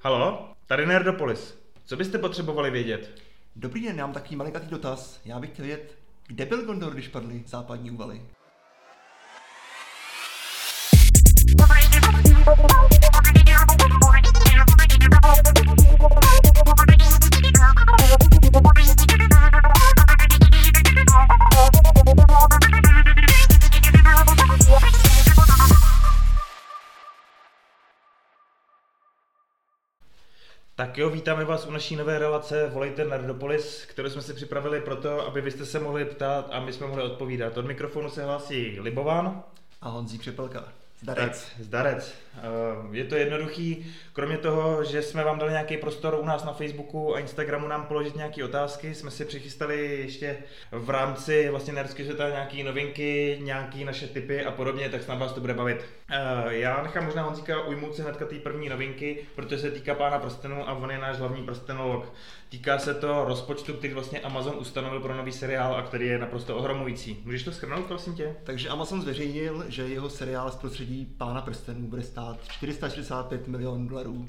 Halo, tady Nerdopolis. Co byste potřebovali vědět? Dobrý den, mám takový malinkatý dotaz. Já bych chtěl vědět, kde byl Gondor, když padly západní úvaly? Tak jo, vítáme vás u naší nové relace Volejte Nerdopolis, kterou jsme si připravili proto, aby vy jste se mohli ptát a my jsme mohli odpovídat. Od mikrofonu se hlásí Libován. A Honzík Přepelka. Zdarec. Tak, zdarec. Je to jednoduchý, kromě toho, že jsme vám dali nějaký prostor u nás na Facebooku a Instagramu nám položit nějaké otázky, jsme si přichystali ještě v rámci vlastně nerdského světa nějaké novinky, nějaké naše tipy a podobně, tak snad vás to bude bavit. Já nechám možná Honzíka ujmout si hnedka té první novinky, protože se týká Pána prstenů a on je náš hlavní prstenolog. Týká se to rozpočtu, který vlastně Amazon ustanovil pro nový seriál a který je naprosto ohromující. Můžeš to shrnout, prosím tě? Takže Amazon zveřejnil, že jeho seriál z prostředí Pána prstenů bude stát 465 milionů dolarů.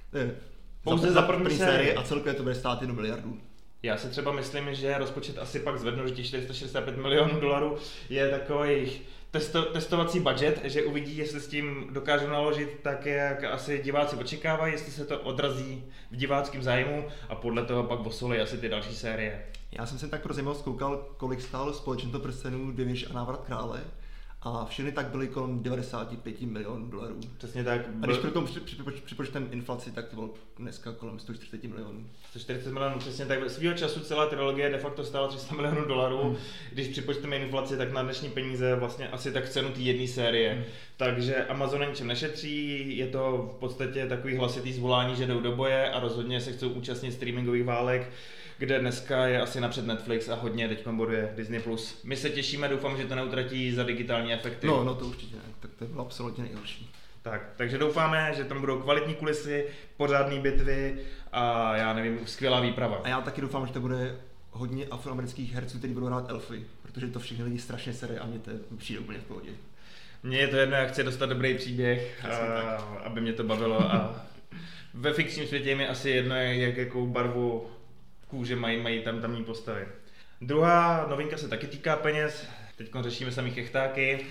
Pouze za první sérii a celkově to bude stát 1 miliardu. Já si třeba myslím, že rozpočet asi pak zvednou, že těch 465 milionů dolarů je takový testovací budget, že uvidí, jestli s tím dokážou naložit tak, jak asi diváci očekávají, jestli se to odrazí v diváckém zájmu a podle toho pak osolí asi ty další série. Já jsem se tak pro zajímavost koukal, kolik stálo Společenstvo prstenů 2 věž a návrat krále. A všechny tak byly kolem 95 milionů dolarů. Přesně tak. A když pro tom připočtem inflaci, tak to bylo dneska kolem 140 milionů. 140 milionů, přesně tak. Svýho času celá trilogie de facto stála 300 milionů dolarů. Když připočteme inflaci, tak na dnešní peníze vlastně asi tak cenu té jedné série. Takže Amazon ničem nešetří, je to v podstatě takový hlasitý zvolání, že jdou do boje a rozhodně se chcou účastnit streamingových válek, kde dneska je asi napřed Netflix a hodně teďkom boduje Disney+. My se těšíme, doufám, že to neutratí za digitální efekty. No to určitě ne, tak to bylo absolutně nejhorší. Tak, takže doufáme, že tam budou kvalitní kulisy, pořádné bitvy a já nevím, skvělá výprava. A já taky doufám, že to bude hodně afroamerických herců, kteří budou hrát elfy, protože to všechny lidi strašně sere a mě to přijde úplně v pohodě. Mně je to jedno, já chci dostat dobrý příběh, aby mě to bavilo a ve fikčním světě mi asi jedno, jakou barvu kůže mají tam tamní postavy. Druhá novinka se taky týká peněz, teď řešíme samý chechtáky.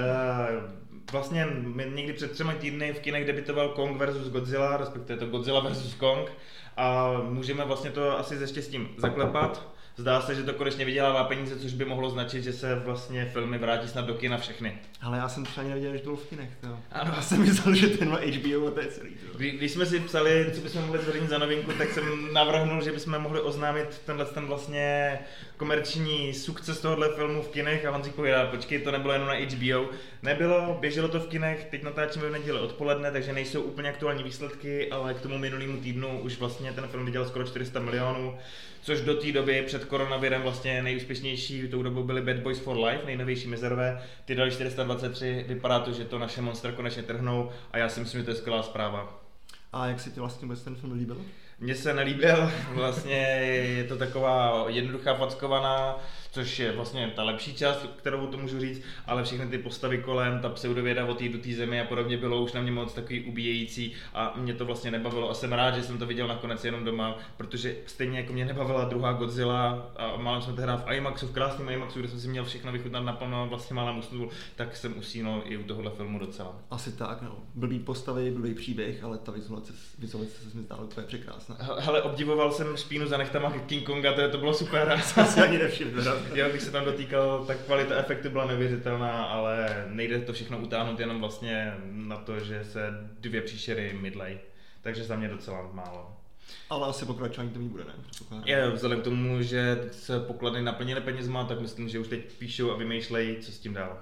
Vlastně někdy před 3 týdny v kinech debitoval Kong vs Godzilla, respektive to Godzilla vs Kong a můžeme vlastně to asi se štěstím zaklepat. Zdá se, že to konečně vydělává peníze, což by mohlo značit, že se vlastně filmy vrátí snad do kina všechny. Ale já jsem třeba ani nevěděl, že to bylo v kinech. Ano. Já jsem myslel, že ten má HBO a to je celý. Když jsme si psali, co bychom mohli zveřejnit za novinku, tak jsem navrhnul, že bychom mohli oznámit ten vlastně komerční sukces tohohle filmu v kinech a Honzík povídá, počkej, to nebylo jenom na HBO. Nebylo, běželo to v kinech, teď natáčíme v neděli odpoledne, takže nejsou úplně aktuální výsledky, ale k tomu minulému týdnu už vlastně ten film vydělal skoro 400 milionů. Což do té doby před koronavirem vlastně nejúspěšnější tou dobou byly Bad Boys for Life, nejnovější mizerové, ty dali 423, vypadá to, že to naše monster konečně trhnou a já si myslím, že to je skvělá zpráva. A jak si ti vlastně vůbec ten film líbil? Mně se nelíbil, vlastně je to taková jednoduchá fackovaná, což je vlastně ta lepší část, kterou to můžu říct, ale všechny ty postavy kolem, ta pseudověda o té dutý zemi a podobně bylo už na mě moc takový ubíjející a mě to vlastně nebavilo a jsem rád, že jsem to viděl nakonec jenom doma, protože stejně jako mě nebavila druhá Godzilla a málem jsme tehdy v IMAXu, v krásném IMAXu, kde jsem si měl všechno vychutnat naplno, vlastně málem usnul, tak jsem usínul i u tohohle filmu docela. Asi tak, no. Blbý postavy, blbý příběh, ale ta vizualizace se mi zdála úplně překrásná. Hele, obdivoval jsem špínu za nechtama King Konga, to bylo super. Jsem si ani nevšiml. Jo, když se tam dotýkal, tak kvalita efektu byla neuvěřitelná, ale nejde to všechno utáhnout jenom vlastně na to, že se 2 příšery mydlej. Takže za mě docela málo. Ale asi pokračování to bude, ne? Je, vzhledem k tomu, že se pokladny naplnily penězma, tak myslím, že už teď píšou a vymýšlejí, co s tím dál.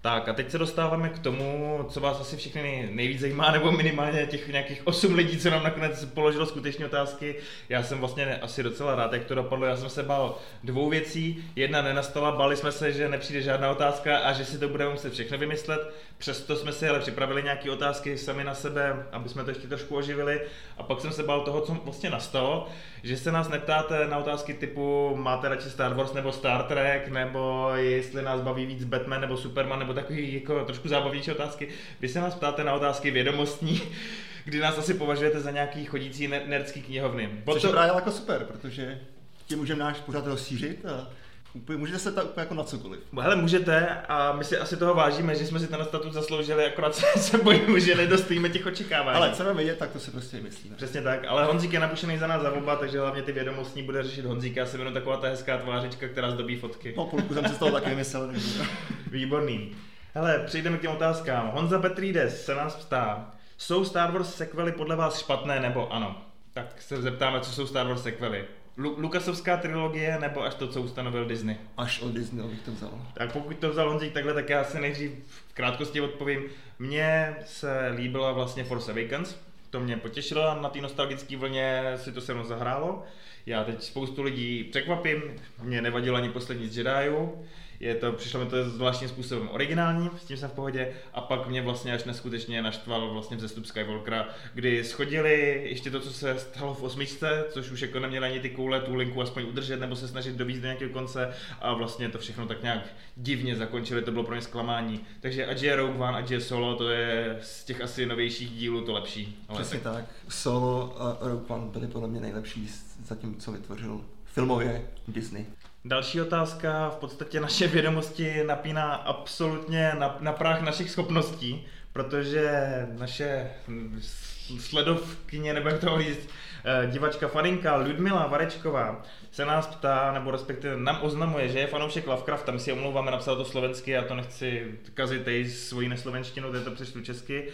Tak a teď se dostáváme k tomu, co vás asi všechny nejvíc zajímá, nebo minimálně těch nějakých 8 lidí, co nám nakonec položilo skutečné otázky. Já jsem vlastně asi docela rád, jak to dopadlo. Já jsem se bál 2 věcí. Jedna nenastala, báli jsme se, že nepřijde žádná otázka a že si to budeme muset všechno vymyslet. Přesto jsme si ale připravili nějaké otázky sami na sebe, aby jsme to ještě trošku oživili. A pak jsem se bál toho, co vlastně nastalo, že se nás neptáte na otázky typu máte radši Star Wars nebo Star Trek, nebo jestli nás baví víc Batman nebo Superman, nebo takový jako trošku zábavnější otázky. Vy se nás ptáte na otázky vědomostní, kdy nás asi považujete za nějaký chodící nerdský knihovny. Což je právě jako super, protože tím můžeme náš pořád rozšířit a můžete se ptát úplně jako na cokoliv. Hele, můžete a my si asi toho vážíme, že jsme si ten statut zasloužili, akorát se bojím, že nedostojíme těch očekávání. Ale co vědět, tak to si prostě myslíme. Přesně tak, ale Honzík je napušený za nás za oba, takže hlavně ty vědomostní bude řešit Honzík. Já jsem jenom taková ta hezká tvářička, která zdobí fotky. No, půlku jsem si z toho taky vymyslel. Výborný. Hele, přejdeme k těm otázkám. Honza Petrides se nás ptá, jsou Star Wars sequely podle vás špatné nebo ano? Tak se zeptáme, co jsou Star Wars sequely. Lucasovská trilogie nebo až to, co ustanovil Disney? Až od Disney bych to vzal. Tak pokud to vzal Honzík takhle, tak já se nejdřív v krátkosti odpovím. Mně se líbila vlastně Force Awakens, to mě potěšilo, na té nostalgické vlně si to se mnou zahrálo. Já teď spoustu lidí překvapím, mě nevadilo ani poslední z Jediů. Přišlo mi to zvláštním způsobem originální, s tím jsem v pohodě, a pak mě vlastně až neskutečně naštval vlastně vzestup Skywalkera, kdy shodili ještě to, co se stalo v 8, což už jako neměli ani ty koule, tu linku aspoň udržet nebo se snažit dovízt do nějakého konce a vlastně to všechno tak nějak divně zakončili, to bylo pro ně zklamání. Takže ať je Rogue One, ať je Solo, to je z těch asi novějších dílů to lepší. Ale přesně tak, Solo a Rogue One byly podle mě nejlepší za tím, co vytvořil filmově Disney. Další otázka, v podstatě naše vědomosti napíná absolutně na práh našich schopností, protože naše sledovkyně, nebo jak to říct, divačka faninka Ludmila Varečková se nás ptá, nebo respektive nám oznamuje, že je fanoušek Lovecrafta, my si omlouváme, napsal to slovensky, já to nechci kazit i svoji neslovenštinu, to přečtu česky,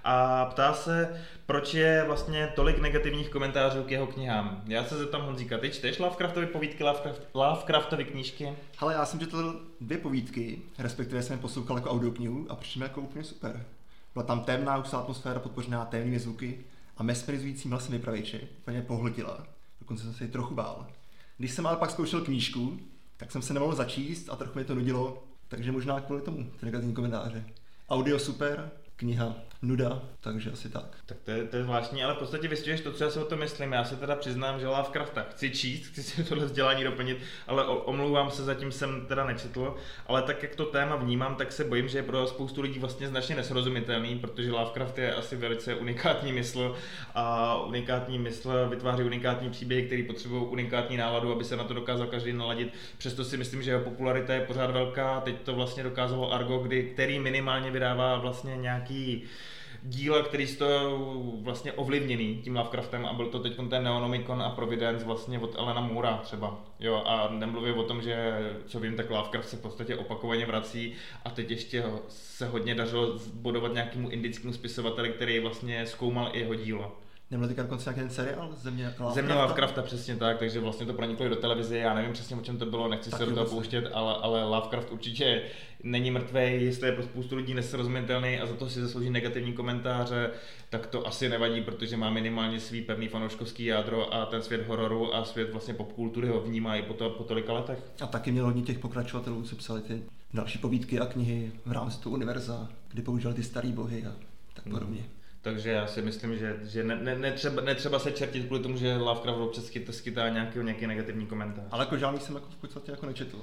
a ptá se, proč je vlastně tolik negativních komentářů k jeho knihám. Já se zeptám Honzíka, ty čteš Lovecraftovy povídky, Lovecraftovy knížky? Hele, já jsem četl 2 povídky, respektive jsem je poslouchal jako audioknihu a přišlo jako úplně super. Byla tam temná, hustá atmosféra podpořená temnými zvuky a mesmerizujícím hlasem vypravěče, úplně pohltila. Dokonce jsem se ji trochu bál. Když jsem ale pak zkoušel knížku, tak jsem se nemohl začíst a trochu mě to nudilo, takže možná kvůli tomu ty negativní komentáře. Audio super, kniha nuda, takže asi tak. Tak to je zvláštní, ale v podstatě vystihuješ to, co já si o tom myslím. Já se teda přiznám, že Lovecrafta chci číst, chci si tohle vzdělání doplnit, ale omlouvám se, zatím jsem teda nečetl, ale tak jak to téma vnímám, tak se bojím, že je pro spoustu lidí vlastně značně nesrozumitelný, protože Lovecraft je asi velice unikátní mysl a unikátní mysl vytváří unikátní příběhy, které potřebují unikátní náladu, aby se na to dokázal každý naladit. Přesto si myslím, že jeho popularita je pořád velká. Teď to vlastně dokázalo Argo, který minimálně vydává vlastně nějaký díla, který jsou vlastně ovlivněný tím Lovecraftem, a byl to teď ten Neonomicon a Providence vlastně od Alana Moora třeba. Jo, a nemluvím o tom, že co vím, tak Lovecraft se v podstatě opakovaně vrací a teď ještě se hodně dařilo zbudovat nějakému indickému spisovateli, který vlastně zkoumal i jeho dílo. Nebyl teďka dokonce nějaký ten seriál Země Lovecrafta, přesně tak, takže vlastně to proniklo i do televize, já nevím přesně o čem to bylo, nechci se do toho pouštět, ale Lovecraft určitě není mrtvej, jestli je pro spoustu lidí nesrozumitelný a za to si zaslouží negativní komentáře, tak to asi nevadí, protože má minimálně svý pevný fanouškovský jádro a ten svět hororu a svět vlastně popkultury ho vnímá i po tolika letech. A taky měl hodně těch pokračovatelů, co psali ty další povídky a knihy v rámci toho univerza, kdy používali ty starý bohy a tak podobně. Takže já si myslím, že netřeba se čertit kvůli tomu, že Lovecraft občas skytá nějaký negativní komentář. Ale jako žádný jsem jako v podstatě jako nečetl.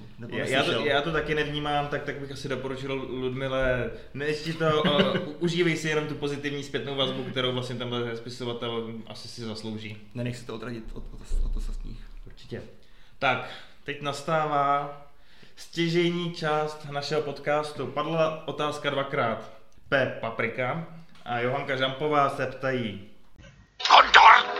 Já to taky nevnímám, tak bych asi doporučil Ludmile, nečti to, užívej si jenom tu pozitivní zpětnou vazbu, kterou vlastně tenhle spisovatel asi si zaslouží. Nenech si to odradit od ostatních. Určitě. Tak, teď nastává stěžejní část našeho podcastu. Padla otázka 2krát. P. Paprika a Johanka Žampová se ptají. Gondor!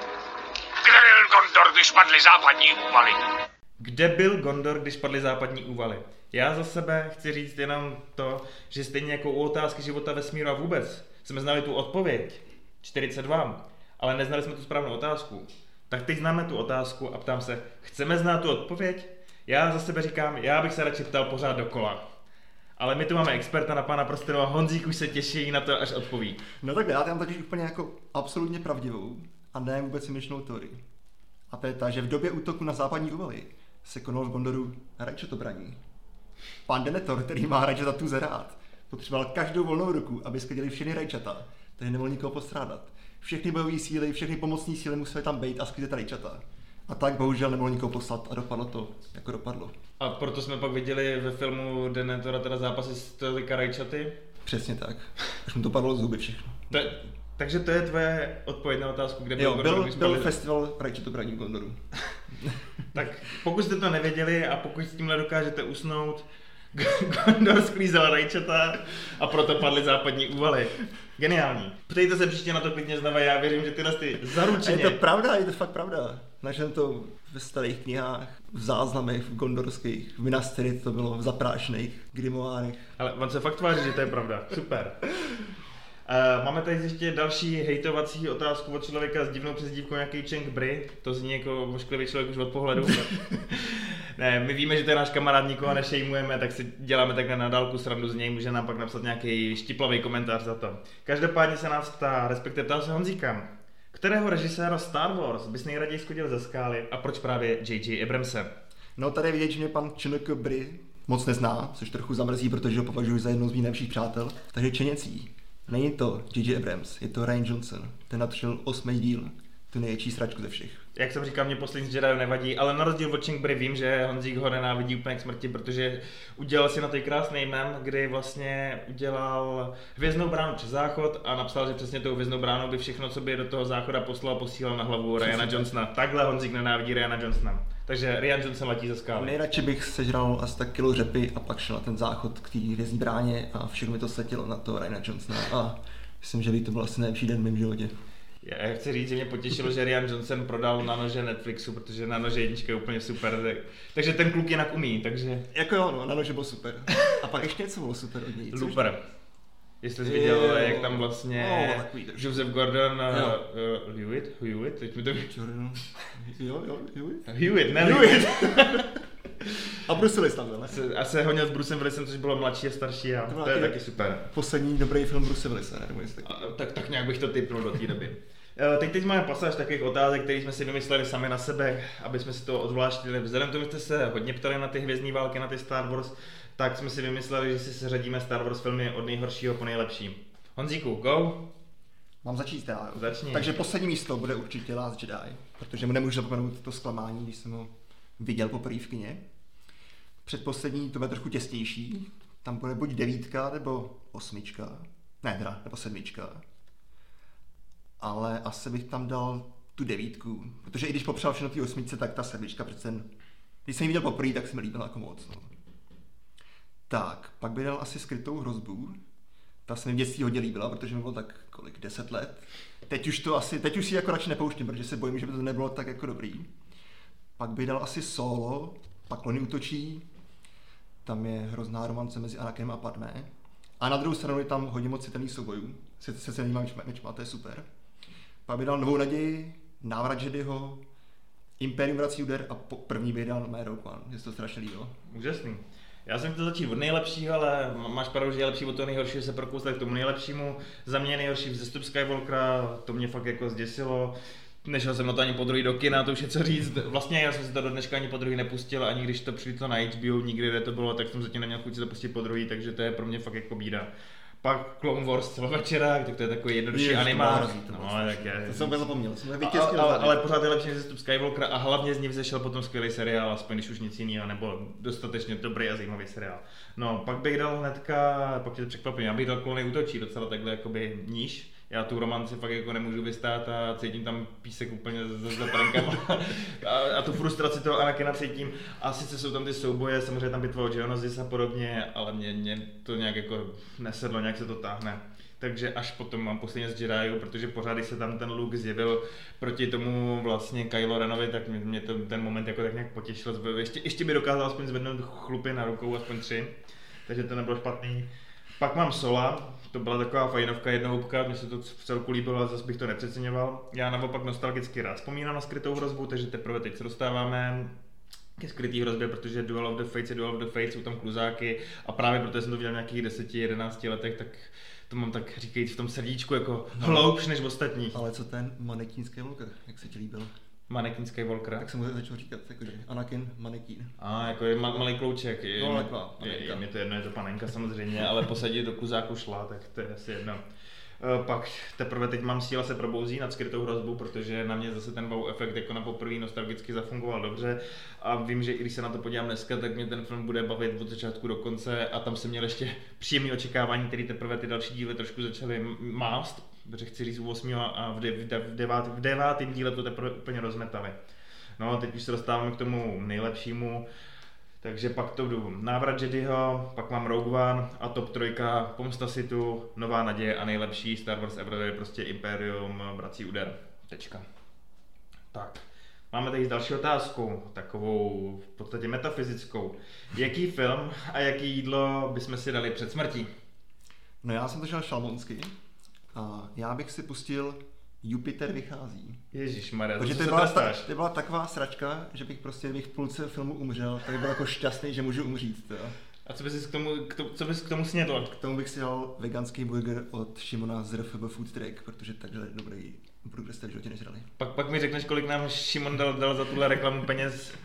Kde byl Gondor, když padly západní úvaly? Kde byl Gondor, když padly západní úvaly? Já za sebe chci říct jenom to, že stejně jako u otázky života, vesmíru a vůbec jsme znali tu odpověď 42, ale neznali jsme tu správnou otázku. Tak teď známe tu otázku a ptám se, chceme znát tu odpověď? Já za sebe říkám, já bych se radši ptal pořád dokola. Ale my tu máme experta na Pána prstenů a Honzík už se těší na to, až odpoví. No tak já tam totiž úplně jako absolutně pravdivou a ne vůbec vymyšlenou teorii. A to je ta, že v době útoku na západní Uvaly se konal v Gondoru rajčatobraní. Pán Denethor, který má rajčata rád, potřeboval každou volnou ruku, aby sklidili všechny rajčata, takže nemohl nikoho postrádat. Všechny bojové síly, všechny pomocné síly musely tam být a sklidit rajčata. A tak bohužel nemohl nikoho poslat a dopadlo to, jako dopadlo. A proto jsme pak viděli ve filmu Denethora teda zápasy s tolika rajčaty? Přesně tak. Až mu to padlo z zuby všechno. Takže to je tvoje odpověď na otázku, kde byl festival rajčatobraní v Gondoru. Tak pokud jste to nevěděli a pokud s tímhle dokážete usnout, Gondor sklízel rajčata a proto padly západní Úvaly. Geniální. Ptejte se příště na to klidně znova, já věřím, že tyhle ty zaručeně... Je to pravda, je to fakt pravda. Našel to ve starých knihách, v záznamech, v gondorských, v Minas Tirith to bylo, v zaprášených grimoárech. Ale on se fakt tváří, že to je pravda. Super. Máme tady ještě další hejtovací otázku od člověka s divnou přezdívkou, nějaký Cheng Bry. To zní jako vošklivý člověk už od pohledu. Ne, my víme, že to je náš kamarád, nikoho nešejmujeme, tak si děláme takhle na dálku srandu z něj, může nám pak napsat nějaký štiplavý komentář za to. Každopádně se nás ptá, respektive ptá se Honzíka, kterého režiséra Star Wars bys nejraději schodil ze skály a proč právě J.J. Abramse? No tady je vidět, že mě pan Cheng Bry moc nezná, což trochu zamrzí, protože ho považuji za jednou z mých nejlepších přátel, takže čeněcí. Není to J.J. Abrams, je to Rian Johnson, ten natočil 8. díl, tu největší sračku ze všech. Jak jsem říkal, mě poslední z Jedi nevadí, ale na rozdíl od Cheng-Bry vím, že Honzík ho nenávidí úplně k smrti, protože udělal si na to krásný mem, kdy vlastně udělal hvězdnou bránu přes záchod a napsal, že přesně tou hvězdnou bránou by všechno, co by do toho záchoda poslal, posílal na hlavu Ryana Johnsona. Takhle Honzík nenávidí Ryana Johnsona. Takže Rian Johnson letí ze skály. Nejradši bych sežral asi tak kilo řepy a pak šel na ten záchod k té hvězdní bráně a všechno mi to sletilo na to Ryana Johnsona a myslím, že by to byl asi nejlepší den v mém životě. Já chci říct, že mě potěšilo, že Rian Johnson prodal na nože Netflixu, protože na nože jednička je úplně super, takže ten kluk jinak umí, takže... Jako jo, no, na nože byl super. A pak ještě něco bylo super od něj. Super. Jestli jsi viděl, jak tam vlastně Joseph Gordon, Hewitt, teď mi to... Hewitt, ne Hewitt. A Bruce Willis tam byl, ne? A se honil s Brucem Willisem, což bylo mladší a starší a to je taky super. Poslední dobrý film Bruce Willise, ne? Tak nějak bych to tipnul do té doby. Teď máme pasáž takových otázek, které jsme si vymysleli sami na sebe, aby jsme si to odvláštili. Vzhledem k tomu, že jste se hodně ptali na ty hvězdní války, na ty Star Wars, tak jsme si vymysleli, že si seřadíme Star Wars filmy od nejhoršího po nejlepší. Honzíku, go! Mám začít já. Začni. Takže poslední místo bude určitě Last Jedi, protože mu nemůžu zapomenout to zklamání, když jsem ho viděl poprvé v kině. Předposlední to bude trochu těsnější, tam bude buď 9 nebo 8, nebo 7. Ale asi bych tam dal tu 9, protože i když popřál všechno ty 8, tak ta 7 přece, když jsem ji viděl poprvé, tak se mi líbila jako moc. No. Tak, pak bych dal asi Skrytou hrozbu. Ta se mi v dětství hodně líbila, protože mi bylo tak 10 let. Teď už si jako radši nepouštím, protože se bojím, že by to nebylo tak jako dobrý. Pak bych dal asi Solo, pak Klony útočí, tam je hrozná romance mezi Anakem a Padmé. A na druhou stranu je tam hodně moc citelných soubojů, se celýma mečma, to je super. Pak bych dal Novou naději, Návrat Jediho, Imperium vrací úder a první bych dal Rogue One, mě se to strašně líbilo. Úžasný. Já jsem chtěl začít od nejlepšího, ale máš pravdu, že je lepší od toho nejhoršího se prokousat k tomu nejlepšímu. Za mě nejhorší vzestup Skywalkera, to mě fakt jako zděsilo. Nešel jsem na to ani po druhý do kina, to už je co říct. Vlastně já jsem si to do dneška ani po druhý nepustil, ani když to přilítlo na HBO, nikdy kde to bylo, tak jsem zatím neměl chuť si to pustit po druhý, takže to je pro mě fakt jako bída. Pak Clone Wars celovečerák, tak to je takový jednodušší animák. No, tak je. To jsem úplně zapomněl, jsem vytěsnil. Ale pořád je lepší vzestup Skywalkera a hlavně z ní vzešel potom skvělý seriál, aspoň když už nic jiného, nebo dostatečně dobrý a zajímavý seriál. No, pak bych dal hnedka, pak tě to překvapím, já bych dal Klony útočí, docela takhle jakoby níž. Já tu romanci fakt jako nemůžu vystát a cítím tam písek úplně ze zleplenkama a tu frustraci toho Anakina cítím. A sice jsou tam ty souboje, samozřejmě tam bitva o Geonosis a podobně, ale mě to nějak jako nesedlo, nějak se to táhne. Takže až potom mám posledně z Jediů, protože pořád, když se tam ten Luke zjevil proti tomu vlastně Kylo Renovi, tak mě ten moment jako tak nějak potěšil. Ještě by dokázal aspoň zvednout chlupy na rukou, aspoň 3, takže to nebylo špatný. Pak mám Sola, to byla taková fajnovka jednohubka, mně se to v celku líbilo a zase bych to nepřeceňoval. Já naopak nostalgicky rád vzpomínám na Skrytou hrozbu, takže teprve teď se dostáváme ke skrytý hrozbě, protože Duel of the Fates je Duel of the Fates, jsou tam kluzáky a právě protože jsem to viděl v nějakých 10-11 letech, tak to mám tak říkajíc v tom srdíčku jako hloubš než ostatní. Ale co ten Manekín Skywalker, jak se ti líbil? Manekín Skywalker? Tak jsem mu začal říkat, jakože Anakin Manekín. Jako je malý klouček. Je mi to jedno, je to panenka samozřejmě, ale posadit do kluzáku šla, tak to je asi jedno. Pak teprve teď mám síla se probouzí nad skrytou hrozbu, protože na mě zase ten wow efekt jako na poprvé nostalgicky zafungoval dobře a vím, že i když se na to podívám dneska, tak mě ten film bude bavit od začátku do konce a tam jsem měl ještě příjemné očekávání, které teprve ty další díly trošku začaly mást, protože chci říct u 8. a v 9. díle to teprve úplně rozmetali. No, teď už se dostáváme k tomu nejlepšímu. Takže pak to jdu Návrat Jediho, pak mám Rogue One a top 3, Pomsta Sithu, Nová naděje a nejlepší Star Wars ever je prostě Imperium, Vrací úder. Tečka. Tak, máme tady další otázku, takovou v podstatě metafyzickou. Jaký film a jaký jídlo bychom si dali před smrtí? No já jsem to šel šalmonsky a já bych si pustil Jupiter vychází. Ježišmarja, protože to byla taková sračka, že bych prostě, kdybych v půlce filmu umřel, tak bych byl jako šťastný, že můžu umřít. Teda. A co bys k tomu snědl? K tomu bych si dal veganský burger od Šimona z RFB Food Track, protože takhle dobrý burger jste v životě nežrali. Pak mi řekneš, kolik nám Šimon dal za tuhle reklamu peněz,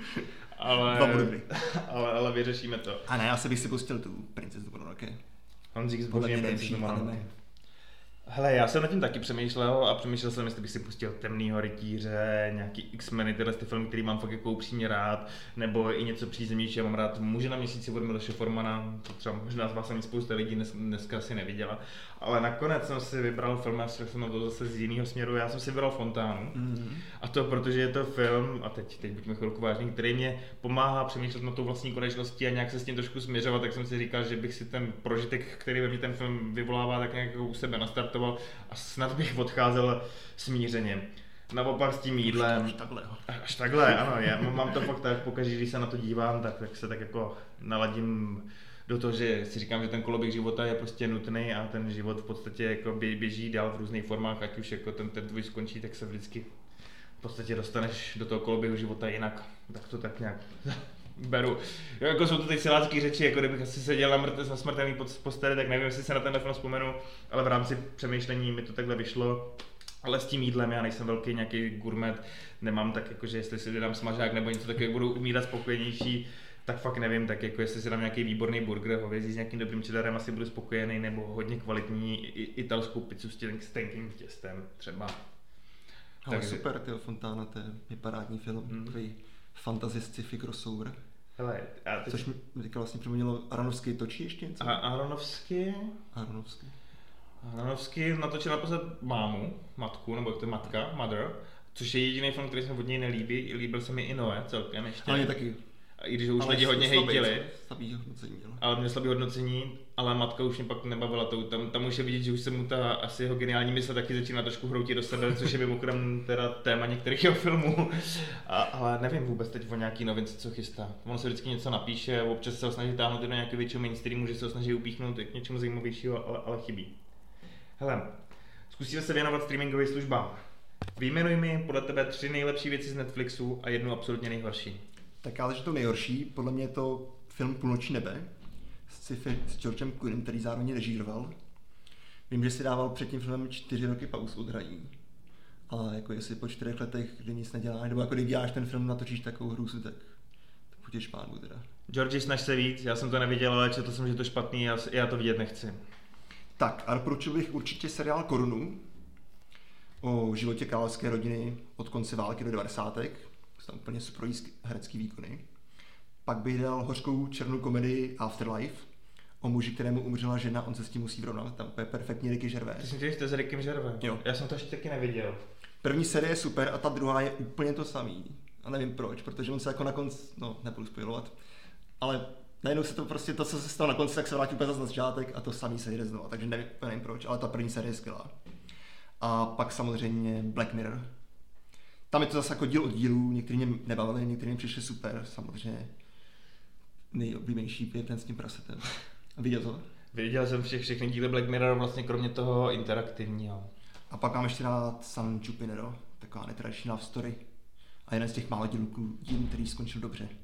ale vyřešíme to. A ne, asi bych si pustil tu Princeznu Mononoke. Honzík zbožňuje Princeznu Mononoke. Hele, já jsem nad tím taky přemýšlel a přemýšlel jsem, jestli bych si pustil Temnýho rytíře, nějaký X-meny, tyhle ty filmy, který mám fakt jako upřímně rád, nebo i něco přízemnějšího, mám rád Muže na měsíci od Miloše Formana, to třeba možná z vás ani spousta lidí dneska asi neviděla, ale nakonec jsem si vybral film, já jsem to zase z jiného směru, já jsem si vybral Fontánu, a to protože je to film, a teď buďme chvilku vážný, který mě pomáhá přemýšlet na tou vlastní konečností a nějak se s tím trošku směřovat, tak jsem si říkal, že bych si ten prožitek, který ve mně ten film vyvolává, tak nějak u sebe nastartoval a snad bych odcházel smířeně. Naopak s tím jídlem. Až takhle, ano, já mám to fakt tak, pokaždé, když se na to dívám, tak se tak jako naladím do toho, že si říkám, že ten koloběh života je prostě nutný a ten život v podstatě jako běží dál v různých formách, ať už jako ten tvůj skončí, tak se vždycky v podstatě dostaneš do toho koloběhu života jinak. Tak to tak nějak beru. Jo, jako jsou to ty silácké řeči, jako kdybych asi seděl na smrtelný posteli, tak nevím, jestli se na ten film vzpomenu, ale v rámci přemýšlení mi to takhle vyšlo. Ale s tím jídlem já nejsem velký nějaký gurmet, nemám tak jako, že jestli si dám smažák nebo něco takového, budu umírat spokojenější, tak fakt nevím, tak jako jestli si dám nějaký výborný burger, hovězí s nějakým dobrým cheddarem, asi budu spokojený, nebo hodně kvalitní italskou pizzu s tenkým těstem třeba. Ale takže super, tyjo, Fontána, to je parádní film, takový fantasy sci-fi crossover. Hele, což mi teďka vlastně připomnělo, Aronovský točí ještě něco? Aronovský natočil naposled matku, nebo to je matka, Mother, což je jediný film, který se od něj nelíbí, líbil se mi i Noé celkem ještě. Ale taky. I když ho už lidi hodně hejtili. Slabý hodnocení, ale měl slabý hodnocení, ale matka už mě pak nebavila, tam už je vidět, že už se mu ta asi jeho geniální mysl taky začíná trošku hroutit do sebe, což je mimochodem teda téma některých jeho filmů. Ale nevím vůbec teď o nějaký novince, co chystá. On se vždycky něco napíše, občas se ho snaží táhnout do nějakého většího mainstreamu, že se ho snaží upíchnout k něčemu zajímavějšího, ale chybí. Hele, zkusíme se věnovat streamingovým službám. Vyjmenuj mi podle tebe 3 nejlepší věci z Netflixu a 1 absolutně nejhorší. Tak já začnu to nejhorší, podle mě je to film Půlnoční nebe s Georgem Clooneym, který zároveň režíroval. Vím, že si dával před tím filmem 4 roky pauzu od hraní. Ale jako jestli po 4 letech, kdy nic neděláš, nebo jako když děláš ten film, natočíš takovou hrůzu, tak potěš pánu teda. Georgi, snaž se víc, já jsem to neviděl, ale četl jsem, že to špatný, já to vidět nechci. Tak a doporučil bych určitě seriál Korunu o životě královské rodiny od konce války do 90. Tam úplně super herecký výkony. Pak bych dal hořkou černou komedii Afterlife o muži, kterému umřela žena, on se s tím musí vyrovnat. Tam je perfektní Ricky Gervais. Ty jsi říct, to je s Rickem Gervais? Jo. Já jsem to ještě taky neviděl. První série je super a ta druhá je úplně to samý. A nevím proč, protože on se jako nakonec, nebudu spoilovat, ale najednou se to prostě, to, co se stalo na konci, tak se vrátí úplně zase na začátek a to samý se jde znova, takže nevím proč, ale ta první série je skvělá. A pak samozřejmě Black Mirror. Tam je to zase jako díl od dílů, některý mě nebavili, některý mě přišli super, samozřejmě nejoblíbenější je ten s tím prasetem. A viděl to? Viděl jsem všechny díly Black Mirror, vlastně kromě toho interaktivního. A pak mám ještě rád San Junipero, taková netradiční love story. A jeden z těch málo dílů, který skončil dobře.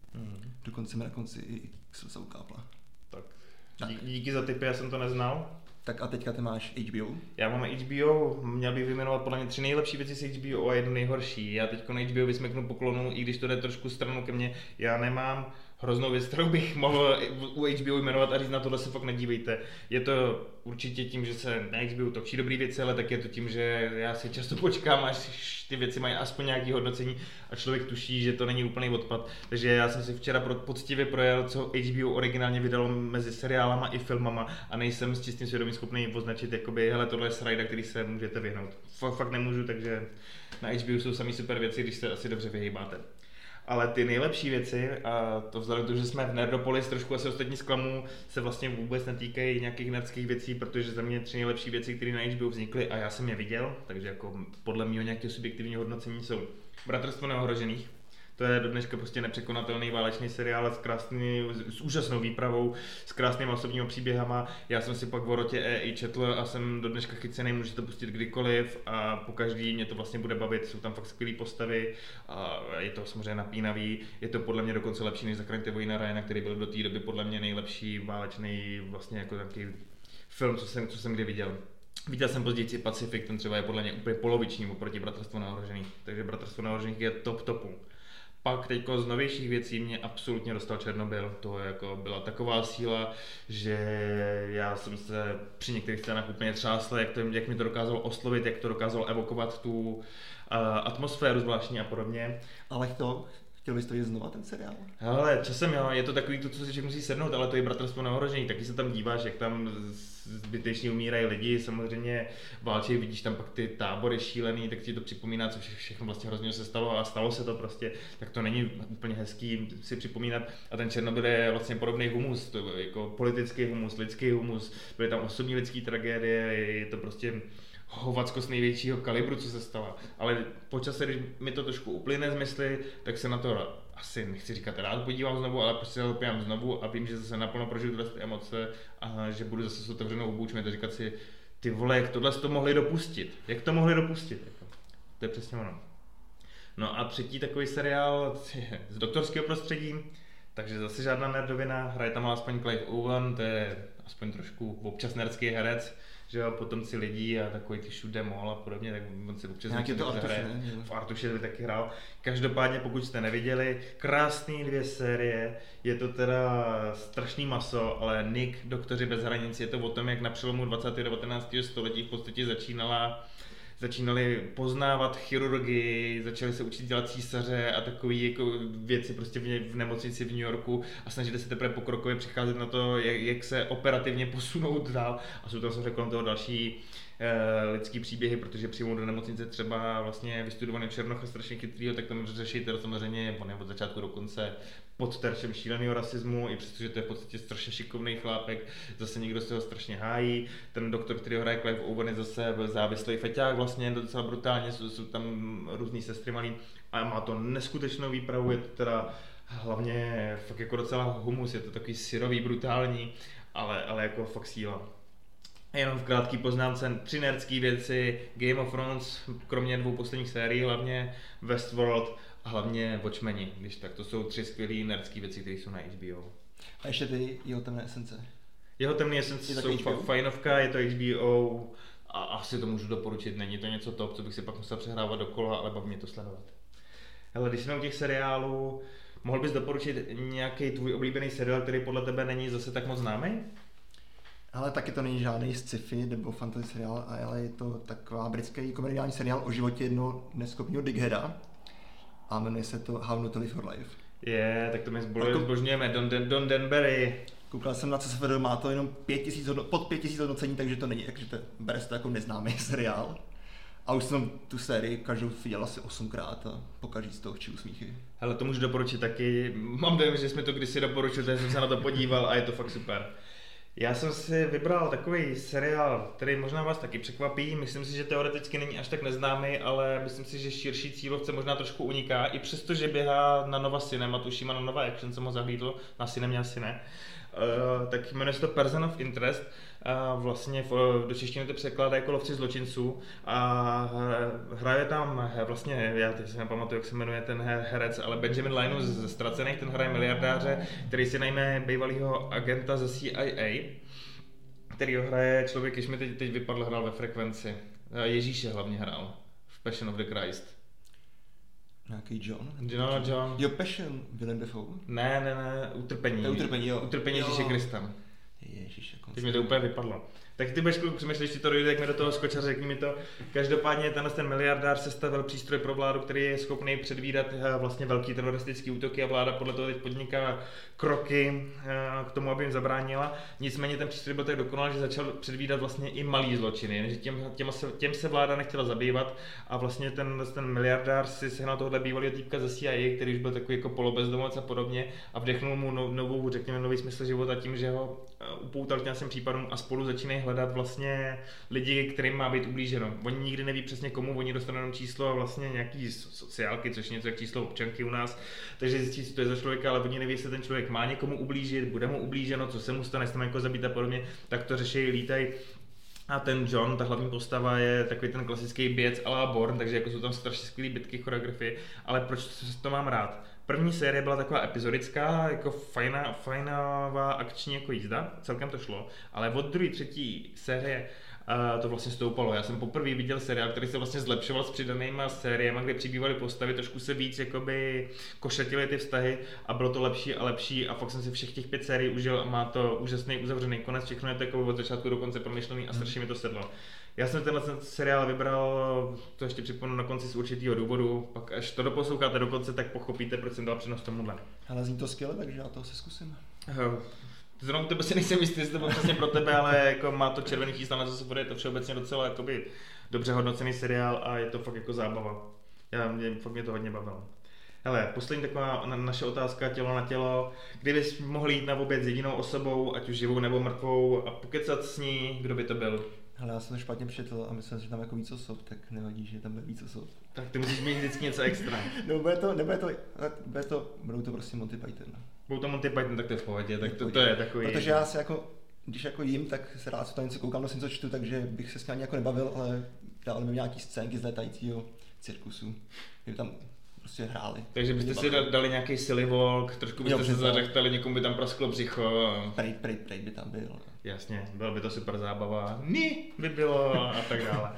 Dokonce mi na konci i slza ukápla. Tak. Díky za tipy, já jsem to neznal. Tak a teďka ty máš HBO. Já mám HBO, měl bych vyjmenovat podle mě 3 nejlepší věci z HBO a 1 nejhorší. Já teď na HBO vysmeknu poklonu, i když to jde trošku stranou ke mně. Já nemám hroznou věc, kterou bych mohl u HBO jmenovat a říct, na tohle se fakt nedívejte. Je to určitě tím, že se na HBO točí dobrý věci, ale tak je to tím, že já si často počkám, až ty věci mají aspoň nějaký hodnocení a člověk tuší, že to není úplný odpad. Takže já jsem si včera poctivě projel, co HBO originálně vydalo mezi seriálama i filmama a nejsem s čistým svědomím schopný označit, jakoby, hele, tohle je srajda, který se můžete vyhnout. Fakt nemůžu, takže na HBO jsou samý super věci, když se asi dobře vyhýbáte. Ale ty nejlepší věci, a to vzhledem k tomu, že jsme v Nerdopolis, trošku asi ostatní zklamu, se vlastně vůbec netýkají nějakých nerdských věcí, protože za mě 3 nejlepší věci, které na HBO vznikly a já jsem je viděl, takže jako podle mého nějakého subjektivního hodnocení jsou Bratrstvo neohrožených. To je do dneška prostě nepřekonatelný válečný seriál s úžasnou výpravou, s krásnými osobními příběhama. Já jsem si pak v Orotě i četl a jsem do dneška chycený, můžu to pustit kdykoliv a pokaždý mě to vlastně bude bavit, jsou tam fakt skvělé postavy a je to samozřejmě napínavý. Je to podle mě dokonce lepší než Zachraňte vojína Ryana, který byl do té doby podle mě nejlepší válečný vlastně jako takový film, co jsem kdy viděl. Viděl jsem později Pacific, ten třeba je podle mě úplně poloviční oproti Bratrstvu neohrožených, takže Bratrstvo neohrožených je topu. Pak teďko z novějších věcí mě absolutně dostal Černobyl, to jako byla taková síla, že já jsem se při některých scénách úplně třásl, jak mi to dokázalo oslovit, jak to dokázalo evokovat tu atmosféru zvláštní a podobně. Ale chtěl bys to vidět znova ten seriál? Hele, časem jo, je to takový to, co si člověk musí sednout, ale to je Bratrstvo neohrožených, taky se tam díváš, jak tam zbytečně umírají lidi, samozřejmě válčí, vidíš tam pak ty tábory šílený, tak ti to připomíná, co všechno vlastně hrozně se stalo a stalo se to prostě, tak to není úplně hezký si připomínat a ten Černobyl je vlastně podobný humus, to je jako politický humus, lidský humus, byly tam osobní lidský tragédie, je to prostě hovacko z největšího kalibru, co se stalo. Ale po čase, když mi to trošku uplyne z mysli, tak se na to asi nechci říkat rád podívám znovu, ale prostě se podívám znovu a vím, že zase naplno prožiju tyhle emoce a že budu zase s otevřenou obou čumět a říkat si, ty vole, jak tohle to mohli dopustit? Jak to mohli dopustit? To je přesně ono. No a třetí takový seriál z doktorského prostředí, takže zase žádná nerdovina, hraje tam aspoň Clive Owen, to je aspoň trošku občas nerdský herec, že jo, potomci lidí a takový ty všude mohl a podobně, tak on si občas hraje. V Artuše by taky hrál. Každopádně, pokud jste neviděli, krásný 2 série, je to teda strašný maso, ale Nick, Doktoři bez hranic, je to o tom, jak na přelomu 20. a 19. století v podstatě začínali poznávat chirurgii, začali se učit dělat císaře a takové jako věci prostě v nemocnici v New Yorku a snažili se teprve pokrokově přicházet na to, jak se operativně posunout dál a jsou tam samozřejmě kolem toho další lidský příběhy, protože přijmou do nemocnice třeba vlastně vystudovaný Černoch a strašně chytrýho, tak tam řeší to samozřejmě on je od začátku do konce pod terčem šíleného rasismu, i přestože to je v podstatě strašně šikovný chlápek, zase někdo se ho strašně hájí. Ten doktor, který ho hraje Clive Owen, je zase závislý feťák, vlastně docela brutálně, jsou tam různý sestry malý a má to neskutečnou výpravu, je to teda hlavně fakt jako docela humus, je to takový syrový, brutální, ale jako fakt síla. Jenom v krátký poznámce 3 nerdský věci, Game of Thrones, kromě 2 posledních sérií, hlavně Westworld a hlavně Watchmeni, když tak to jsou 3 skvělý nerdský věci, které jsou na HBO. A ještě ty Jeho temné esence. Jeho temné esence jsou fajnovka, je to HBO a asi to můžu doporučit, není to něco top, co bych si pak musel přehrávat dokola, ale baví mě to sledovat. Hele, když jsme u těch seriálů, mohl bys doporučit nějaký tvůj oblíbený seriál, který podle tebe není zase tak moc známý? Ale taky to není žádný sci-fi nebo fantasy seriál, ale je to taková britský komediální seriál o životě jednoho neschopného dickheada a jmenuje se to How Not to Live Your Life. Tak to my zbožňujeme, Don Denbury. Koukal jsem na CSFD, má to jenom pod 5000 hodnocení, takže to není, takže bere se to jako neznámý seriál. A už jsem tu sérii každou viděl asi 8krát a pokaždé z toho chci úsmíchy. Hele, to můžu doporučit taky, mám dojem, že jsme to kdysi doporučili, takže jsem se na to podíval a je to fakt super. Já jsem si vybral takový seriál, který možná vás taky překvapí, myslím si, že teoreticky není až tak neznámý, ale myslím si, že širší cílovce možná trošku uniká, i přesto, že běhá na Nova Cinema, tuším, a na Nova Action jsem ho zahlídl, na Cinemě asi ne. tak jmenuje se to Person of Interest. A vlastně do češtiny to překládá jako Lovci zločinců a hraje tam vlastně, já teď si nepamatuju, jak se jmenuje ten herec, ale Benjamin Linus ze Ztracených, ten hraje miliardáře, který si najme bývalýho agenta ze CIA, který ho hraje člověk, když mi teď vypadl, hrál ve Frekvenci. Ježíše hlavně hrál v Passion of the Christ. Nějaký John? John. Jo, Passion, Willem Dafoe? Ne, Utrpení. To Utrpení, jo. Utrpení Ježíše Krista. Ježíš, jako Teď mi to úplně vypadlo. Tak ty budeš přemýšlíš, ti to dojde, jak mi do toho skočil, řekni mi to. Každopádně ten miliardář sestavil přístroj pro vládu, který je schopný předvídat vlastně velký teroristický útoky a vláda podle toho teď podniká kroky k tomu, aby jim zabránila. Nicméně ten přístroj byl tak dokonalý, že začal předvídat vlastně i malý zločiny, že těm se vláda nechtěla zabývat a vlastně ten miliardář si sehnal tohle bývalého týpka ze CIA, který už byl takový jako polobezdomovec a podobně a vdechnul mu nový smysl života tím, že ho upoutal k těm případům a spolu začínají hledat vlastně lidi, kterým má být ublíženo. Oni nikdy neví přesně komu, oni dostanou jenom číslo a vlastně nějaký sociálky, což je něco jak číslo občanky u nás, takže zjistí, co to je za člověka, ale oni neví, jestli ten člověk má někomu ublížit, bude mu ublíženo, co se mu stane, jestli má jako zabít a podobně, tak to řeší, lítají. A ten John, ta hlavní postava, je takový ten klasický běc à la Bourne, takže jako jsou tam strašně skvělý bitky, choreografie, ale proč to mám rád? První série byla taková epizodická, jako fajnová akční jako jízda, celkem to šlo, ale od druhé, třetí série to vlastně stoupalo. Já jsem poprvé viděl seriál, který se vlastně zlepšoval s přidanýma sériemi, kde přibývaly postavy, trošku se víc jakoby košatily ty vztahy a bylo to lepší a lepší a fakt jsem si všech těch 5 sérií užil a má to úžasný uzavřený konec, všechno je to jako od začátku do konce promyšlený a strašně mi to sedlo. Já jsem tenhle seriál vybral, to ještě připomenu na konci z určitého důvodu, pak až to doposloucháte do konce, tak pochopíte, proč jsem dal přednost tomuhle. Ale zní to skvěle, takže já to se zkusím. Zrovna tebe si nejsem jistý, jestli to bylo přesně pro tebe, ale jako má to červený chýst na ZSFD, je to všeobecně docela jakoby dobře hodnocený seriál a je to fakt jako zábava. Fakt mě to hodně bavilo. Hele, poslední taková naše otázka, tělo na tělo. Kdybys mohl jít na oběd s jedinou osobou, ať už živou nebo mrtvou, a pokecat s ní, kdo by to byl? Hele, já jsem to špatně přečetl a myslel, že tam jako víc osob, tak nevadí, že tam bude víc osob. Tak ty musíš mít vždycky něco extra. No, budou to prostě Monty Python. Budou to Monty Python, tak to je v pohodě, tak to je takový... Protože já se jako, když jako jim, tak se rád tam něco koukám, něco čtu, takže bych se s ním jako nebavil, ale dal mi nějaký scénky z letajícího cirkusu, kdyby tam prostě hráli. Takže byste si dali nějaký silly walk, trošku byste se zařechtali, někomu by tam prasklo břicho. Prejt by tam byl. Jasně, byla by to super zábava. By bylo a tak dále.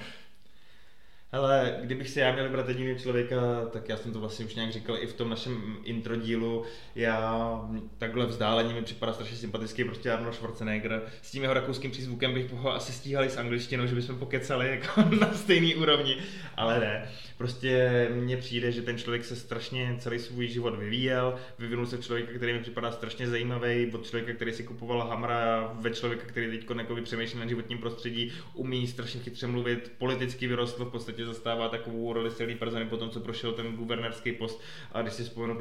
Hele, kdybych si já měl vybrat jediného člověka, tak já jsem to vlastně už nějak říkal i v tom našem intro dílu. Já takhle vzdálení mi připadá strašně sympatický prostě Arnold Schwarzenegger. S tím jeho rakouským přízvukem bych ho asi stíhali s angličtinou, že bychom pokecali jako na stejný úrovni, ale ne. Prostě mně přijde, že ten člověk se strašně celý svůj život vyvinul se v člověka, který mi připadá strašně zajímavý, od člověka, který si kupoval Hamra, ve člověka, který teď přemýšlí na životním prostředí, umí strašně chytře mluvit, politicky vyrostl, v podstatě zastává takovou roli silný persony po tom, co prošel ten guvernérský post. A když si vzpomenu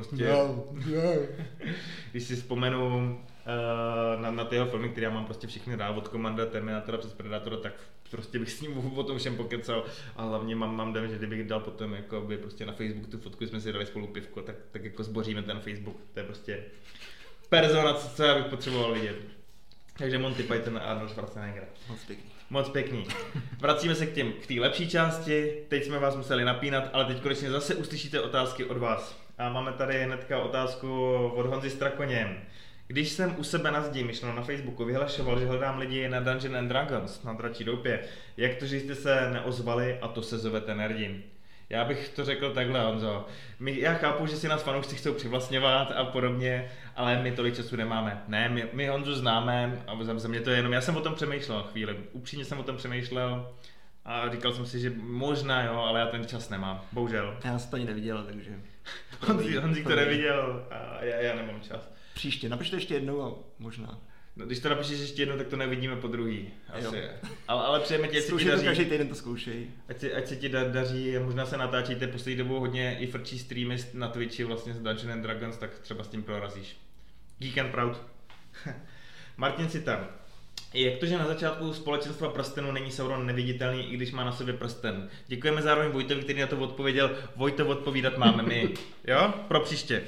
když si vzpomenu na tyho filmy, které já mám prostě všechny rád, od Komanda, Terminátora přes Predátora, tak prostě bych s ním o tom všem pokecal a hlavně mám dojem, že kdybych dal potom jako by prostě na Facebook tu fotku, jsme si dali spolu pivko, tak jako zboříme ten Facebook, to je prostě persona, co já bych potřeboval vidět. Takže Monty Python a Arnold Schwarzenegger. Moc pěkný. Vracíme se k té lepší části, teď jsme vás museli napínat, ale teď konečně zase uslyšíte otázky od vás. A máme tady hnedka otázku od Honzy Strakoně. Když jsem u sebe na zdi, myšleno na Facebooku, vyhlašoval, že hledám lidi na Dungeons and Dragons, na Dračí doupě, jak to, že jste se neozvali a to se zovete nerdi? Já bych to řekl takhle, Honzo. Já chápu, že si nás fanoušci chcou přivlastňovat a podobně, ale my tolik času nemáme. Ne, my Honzu známe a za mě to je jenom, já jsem o tom přemýšlel chvíli, upřímně jsem o tom přemýšlel a říkal jsem si, že možná jo, ale já ten čas nemám, bohužel. Já jsem to ani neviděl, takže... Honzík to neviděl a já nemám čas. Příště, napište ještě jednou a možná. No, když to napíšeš ještě jednou, tak to nevidíme po druhý. Asi je. Ale přejeme ti, ať se ti daří. Každý týden to zkoušej. Ať se ti daří, možná se natáčíte poslední dobou hodně i frčí streamy na Twitchi vlastně z Dungeons and Dragons, tak třeba s tím prorazíš. Geek and Proud. Martin Cita. Jak to, že na začátku společenstva prstenů není Sauron neviditelný, i když má na sobě prsten? Děkujeme zároveň Vojtovi, který na to odpověděl. Vojto, odpovídat máme my. Jo? Pro příště.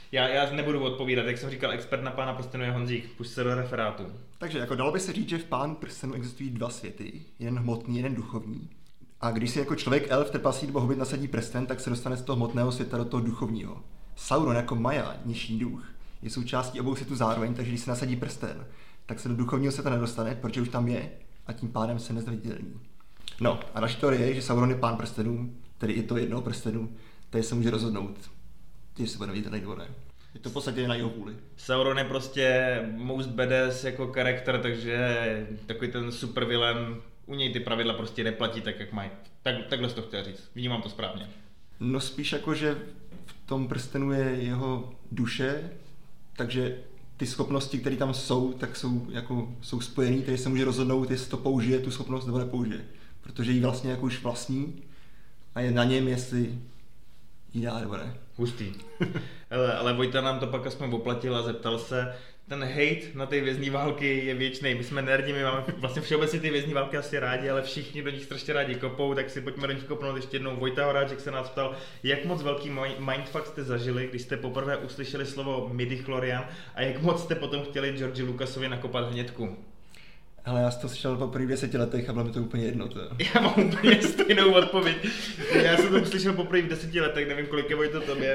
Já nebudu odpovídat, jak jsem říkal, expert na Pána prstenů je Honzík, pušť se do referátu. Takže jako dalo by se říct, že v Pánu prstenů existují dva světy, jeden hmotný, jeden duchovní. A když si jako člověk elf, trpasík nebo hobit nasadí prsten, tak se dostane z toho hmotného světa do toho duchovního. Sauron jako Maja, nižší duch, je součástí obou světů zároveň, takže když se nasadí prsten, tak se do duchovního světa nedostane, protože už tam je a tím pádem se nezviditelní. No a další teorie je, že Sauron je Pán prstenů, tedy je to jednoho prstenu, který se může rozhodnout, jestli se bude neviditelný nebo ne. Je to v podstatě na jeho vůli. Sauron je prostě most badass jako charakter, takže takový ten super villain, u něj ty pravidla prostě neplatí tak, jak mají. Takhle jsi to chtěl říct, vnímám to správně. No spíš jako, že v tom prstenu je jeho duše, takže ty schopnosti, které tam jsou, tak jsou spojený, takže se může rozhodnout, jestli to použije tu schopnost nebo nepoužije. Protože ji vlastně jako už vlastní a je na něm, jestli jí dá nebo ne. Hustý. Ale Vojta nám to pak aspoň oplatil a zeptal se, ten hate na ty vězní války je věčný. My jsme nerdi, my máme vlastně všeobecně ty vězní války asi rádi, ale všichni do nich strašně rádi kopou, tak si pojďme do nich kopnout ještě jednou. Vojta Horáček se nás ptal, jak moc velký mindfuck jste zažili, když jste poprvé uslyšeli slovo midichlorian a jak moc jste potom chtěli Georgi Lucasovi nakopat hnědku. Ale já jsem to slyšel po prvních 10 letech a bylo mi to úplně jedno. Já mám úplně stejnou odpověď. Já jsem to slyšel poprvé v 10 letech, nevím kolik je Vojto tobě.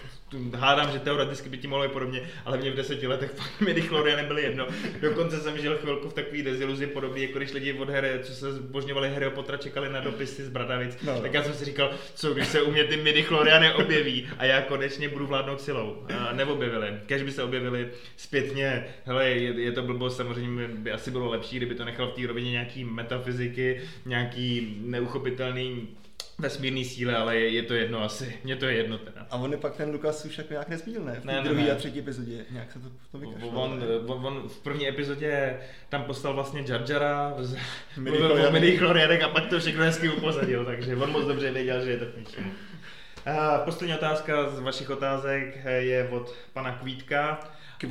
Hádám, že teoreticky by ti mohlo i podobně, ale mě v 10 letech fakt midichloriany byly jedno. Dokonce jsem žil chvilku v takový deziluzi podobný, jako když lidi od Harry, co se zbožňovali Harryho Pottera, čekali na dopisy z Bradavic. No. Tak já jsem si říkal, co když se u mě ty midichloriany objeví a já konečně budu vládnout silou. A neobjevili. Kež by se objevili zpětně, hele, je to blbost, samozřejmě by asi bylo lepší, kdyby to nechal v té rovině nějaký metafyziky, nějaký neuchopitelný vesmírný síle, ale je to jedno asi, mně to je jedno teda. A on je pak ten Lukas už jako nějak nezmínil, ne? V té druhé a třetí epizodě, nějak se to v tom vykašlal. On v první epizodě tam poslal vlastně Jar Jara, mluvil o midichlorianech a pak to všechno hezky upozadil, takže on moc dobře věděl, že je to k ničemu. Poslední otázka z vašich otázek je od pana Kvítka.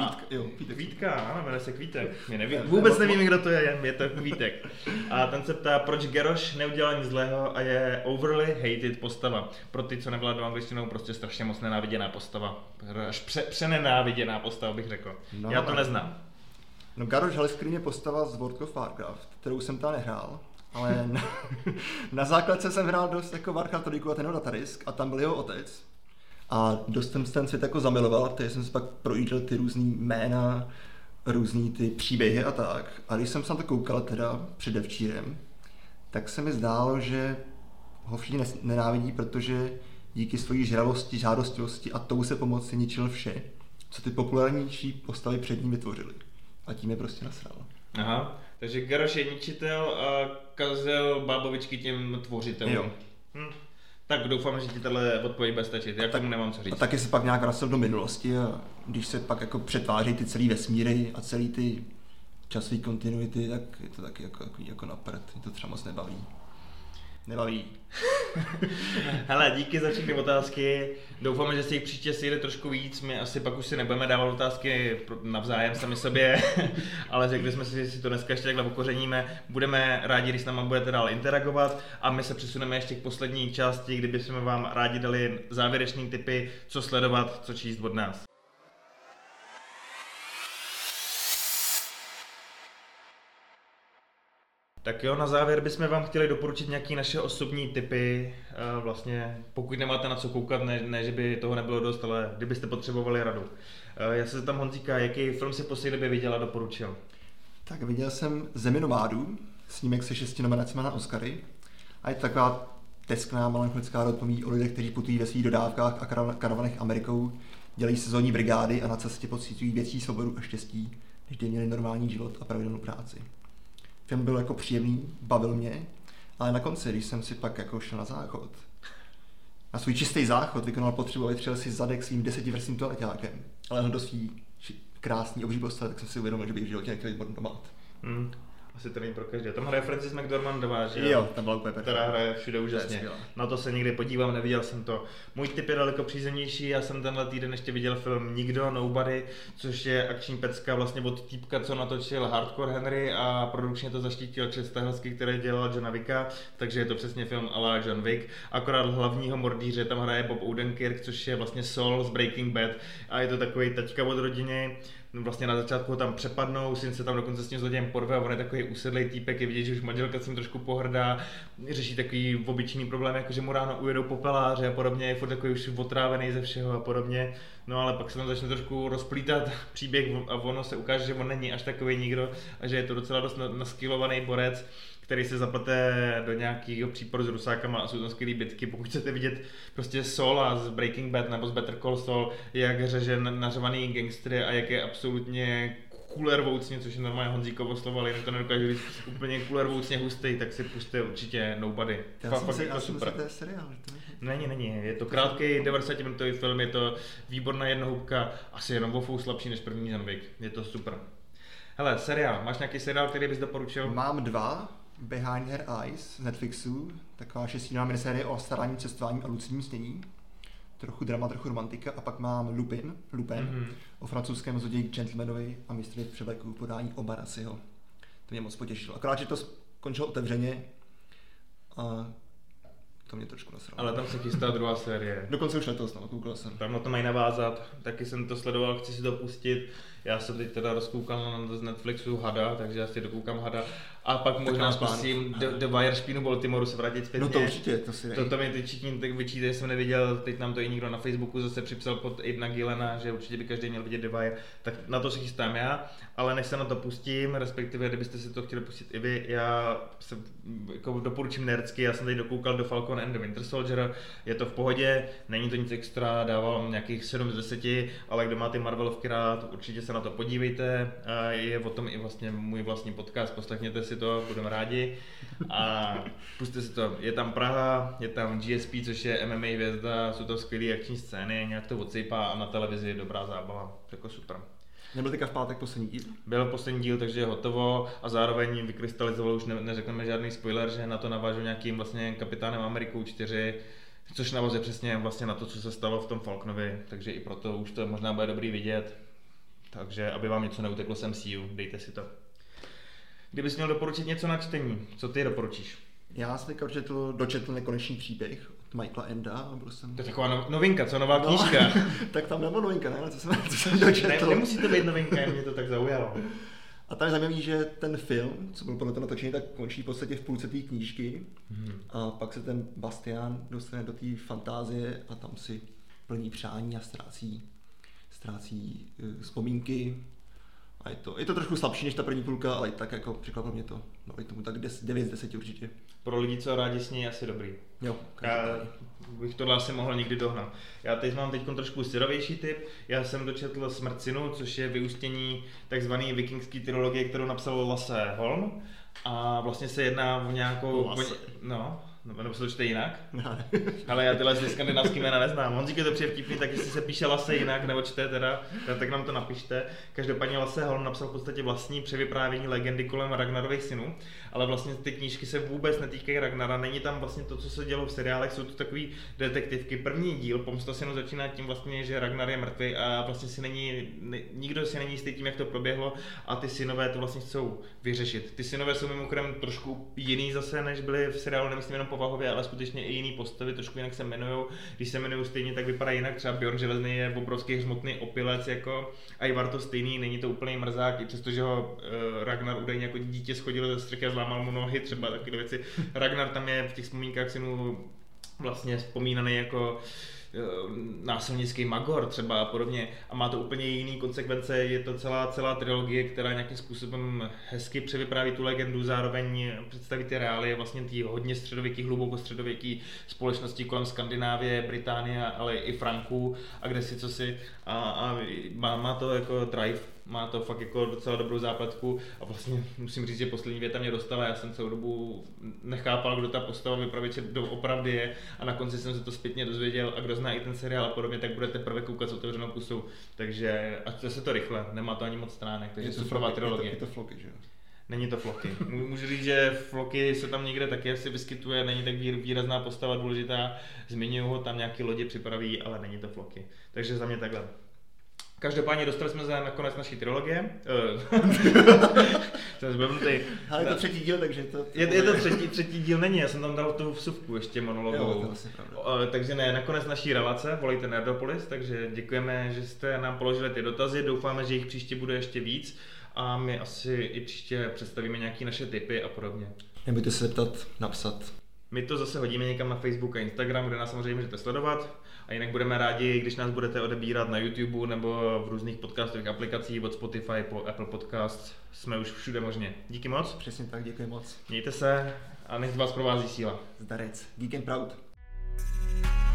Kvítka, ano, jmenuje se Kvítek. Vůbec nevím, kdo to je to Kvítek. A ten se ptá, proč Garrosh neudělal nic zlého a je overly hated postava. Pro ty, co nevládnou angličtinou, prostě strašně moc nenáviděná postava. Až přenenáviděná postava, bych řekl. No, já to neznám. No Garrosh Hellscream je postava z World of Warcraft, kterou jsem tam nehrál. Ale na základce jsem hrál dost jako Warcraft 3 a ten Datarisk a tam byl jeho otec. A dost jsem ten svět jako zamiloval, takže jsem si pak projížděl ty různý jména, různý ty příběhy a tak. A když jsem se na to koukal teda předevčírem, tak se mi zdálo, že ho všichni nenávidí, protože díky své žralosti, žádostivosti a touze pomoci ničil vše, co ty populárnější postavy před ním vytvořili. A tím je prostě nasral. Aha, takže Garrosh je ničitel a kazil bábovičky těm tvořitelům. Jo. Tak doufám, že ti tahle odpověď bude stačit, já k tomu nemám co říct. A taky se pak nějak vracel do minulosti a když se pak jako přetváří ty celý vesmíry a celý ty časové kontinuity, tak je to taky jako na prd, mě to třeba moc nebaví. Hele, díky za všechny otázky, doufáme, že si jich příště sejde trošku víc, my asi pak už si nebudeme dávat otázky navzájem sami sobě, ale řekli jsme si, že si to dneska ještě takhle okořeníme, budeme rádi, když s náma budete dál interagovat a my se přesuneme ještě k poslední části, kdyby jsme vám rádi dali závěrečný tipy, co sledovat, co číst od nás. Tak jo, na závěr bychom vám chtěli doporučit nějaké naše osobní tipy, vlastně pokud nemáte na co koukat, ne že by toho nebylo dost, ale kdybyste potřebovali radu. Já se tam Honzíka, jaký film si poslední době viděl a doporučil? Tak viděl jsem Zemi nomádů, snímek se 6 nominacemi na Oscary a je taková teskná melancholická rozpoví o lidech, kteří putují ve svých dodávkách a karavanech Amerikou, dělají sezónní brigády a na cestě pociťují větší svobodu a štěstí, než by měli normální život a pravidelnou práci. Film byl jako příjemný, bavil mě, ale na konci, když jsem si pak jako šel na záchod, na svůj čistý záchod vykonal potřebu a vytřel si zadek svým 10vrstným toaleťákem, ale do svý krásný obří postele, tak jsem si uvědomil, že bych v životě nechtěl jít nomad. Asi to není pro každého. Tam hraje Frances McDormandová, že jo? Tam byla úplně perfektní. Která hraje všude úžasně. Na to se někdy podívám, neviděl jsem to. Můj tip je daleko přízemnější, já jsem tenhle týden ještě viděl film Nikdo, Nobody, což je akční pecka vlastně od týpka, co natočil Hardcore Henry a produkčně to zaštítil Chad Stahelski, který dělal Johna Wicka, takže je to přesně film à la John Wick. Akorát hlavního mordíře tam hraje Bob Odenkirk, což je vlastně Saul z Breaking Bad a je to takový taťka od rodiny. Vlastně na začátku ho tam přepadnou, syn se tam dokonce s tím zlodějem porve a on je takový usedlej týpek, je vidět, že už manželka s ním trošku pohrdá, řeší takový obyčejný problém, jako že mu ráno ujedou popeláře a podobně, je furt takový už otrávený ze všeho a podobně. No ale pak se tam začne trošku rozplítat příběh a ono se ukáže, že on není až takový nikdo a že je to docela dost naskylovaný borec, který se zaplete do nějakého příporu s Rusákama a jsou tam skvělý bitky. Pokud chcete vidět prostě Saula z Breaking Bad nebo z Better Call Saul, jak řeže nařvaný gangstry a jak je absolutně kulervoucně, což je normálně Honzíkovo slovo, ale jinak to nedokážu říct, úplně kulervoucně hustý, tak si puste určitě Nobody. Fakt je to super. To je seriál, Není, je to krátký 90-minutový film, je to výborná jednohubka, asi jenom o fou slabší než první John Wick, je to super. Hele, seriál, máš nějaký seriál, který bys doporučil? Mám 2. Behind Her Eyes z Netflixu, taková 6dílná minisérie o starání, cestování a lucidním snění. Trochu drama, trochu romantika. A pak mám Lupin, o francouzském zloději gentlemanovi a mistry v převleku podání Obarasiho. To mě moc potěšilo. Akorát, že to skončilo otevřeně a to mě trošku nasralo. Ale tam se chystá druhá série. Dokonce už letos, koukal jsem. Tam na to mají navázat, taky jsem to sledoval, chci si to pustit. Já jsem teď teda rozkoukal z Netflixu Hada, takže já si dokoukám Hada. A pak možná zkusím The Wire špínu Baltimoru se vrátit zpětně. No to určitě, to si To mě teď všichni tak vyčítají, že jsem neviděl, teď nám to i někdo na Facebooku zase připsal pod Aidna Gillena, že určitě by každý měl vidět The Wire, tak na to si chystám já, ale než se na to pustím, respektive kdybyste si to chtěli pustit i vy, já se jako doporučím nerdsky, já jsem teď dokoukal do Falcon and the Winter Soldier, je to v pohodě, není to nic extra, dával nějakých 7 z 10, ale kdo má ty Marvelovky rád, určitě se na to podívejte, je o tom i vlastně můj vlastní podcast, poslechněte si to, budeme rádi a pusťte si to. Je tam Praha, je tam GSP, což je MMA hvězda, jsou to skvělé akční scény, nějak to odsejpá a na televizi je dobrá zábava, jako super. Nebyl teďka v pátek poslední díl? Byl poslední díl, takže je hotovo a zároveň vykrystalizoval, už neřekneme žádný spoiler, že na to navážu nějakým vlastně Kapitánem Amerikou 4, což navazuje přesně vlastně na to, co se stalo v tom Falconovi, takže i proto už to možná bude dobrý vidět. Takže aby vám něco neuteklo z MCU, dejte si to. Kdybys měl doporučit něco na čtení, co ty doporučíš? Já jsem teďka dočetl Nekonečný příběh od Michaela Enda. To je taková novinka, co nová knížka? Tak tam nebylo novinka, ne? Co jsem dočetl. Nemusí to být novinka, mě to tak zaujalo. A tam je zajímavý, že ten film, co byl podle toho natočený, tak končí v podstatě v půlce té knížky. A pak se ten Bastian dostane do té fantázie a tam si plní přání a ztrácí vzpomínky. A je to trošku slabší než ta první půlka, ale tak jako překvapilo mě to. No i tomu tak 9 z 10 určitě. Pro lidi, co rádi sní, je asi dobrý. Jo. Já bych tohle asi mohl někdy dohnat. Já teď mám trošku syrovější tip. Já jsem dočetl Smrt synu, což je vyústění takzvané vikingské trilogie, kterou napsal Lasse Holm. A vlastně se jedná o nějakou... Nebo se to čte jinak? Ale já tyhle skandinávský jména neznám. Honzík je to přijde vtipný, tak jestli se píše Lasse jinak, nebo čte teda, tak nám to napište. Každopádně Lasse Holm napsal v podstatě vlastní převyprávění legendy kolem Ragnarových synů, ale vlastně ty knížky se vůbec netýkají Ragnara, není tam vlastně to, co se dělo v seriálech, jsou to takový detektivky. První díl Pomsta synu začíná tím vlastně, že Ragnar je mrtvý a vlastně nikdo si není jistý tím, jak to proběhlo a ty synové to vlastně chcou vyřešit. Ty synové jsou mimochodem trošku jiný zase, než byli v seriálu, nemyslím jenom povahově, ale skutečně i jiný postavy, trošku jinak se jmenujou. Když se jmenují stejně, tak vypadá jinak. Třeba Bjorn Železný je obrovský hřmotný opilec, jako Ivar to stejný, není to úplný mrzák, i přestože ho Ragnar údajně jako dítě schodil ze střechy a zlámal mu nohy, třeba takové věci. Ragnar tam je v těch vzpomínkách synů vlastně vzpomínaný jako násilnický magor třeba a podobně a má to úplně jiný konsekvence, je to celá trilogie, která nějakým způsobem hezky převypráví tu legendu, zároveň představí ty reálie vlastně tý hodně středověký, hluboko středověký společnosti kolem Skandinávie, Británie, ale i Franků a kde si co si a má to jako drive, má to fakt jako docela dobrou zápletku a vlastně musím říct, že poslední věta mě dostala, já jsem celou dobu nechápal, kdo ta postava vypravěče opravdu je a na konci jsem se to zpětně dozvěděl a kdo zná i ten seriál a podobně, tak budete prvé koukat s otevřenou pusou, takže a se to rychle, nemá to ani moc stránek, takže superová trilogie. Je to floky, že jo? Není to Floky. Můžu říct, že Floky se tam někde taky asi vyskytuje, není tak výrazná postava důležitá, zmiňují ho, tam nějaký lodi připraví, ale není to Floky. Takže za mě takhle. Každopádně dostali jsme se na konec naší trilogie. Jsem zblbnutý. Ale je to třetí díl, takže to... Je to třetí díl není, já jsem tam dal tu vsuvku ještě monologovou. Takže ne, nakonec naší relace, volejte Nerdopolis, takže děkujeme, že jste nám položili ty dotazy, doufáme, že jich příště bude ještě víc a my asi i příště představíme nějaké naše tipy a podobně. Nebojte se zeptat, napsat. My to zase hodíme někam na Facebook a Instagram, kde nás samozřejmě můžete sledovat. A jinak budeme rádi, když nás budete odebírat na YouTube nebo v různých podcastových aplikacích od Spotify po Apple Podcast. Jsme už všude možně. Díky moc. Přesně tak, děkuji moc. Mějte se a nech vás provází síla. Zdarec. Geek and Proud.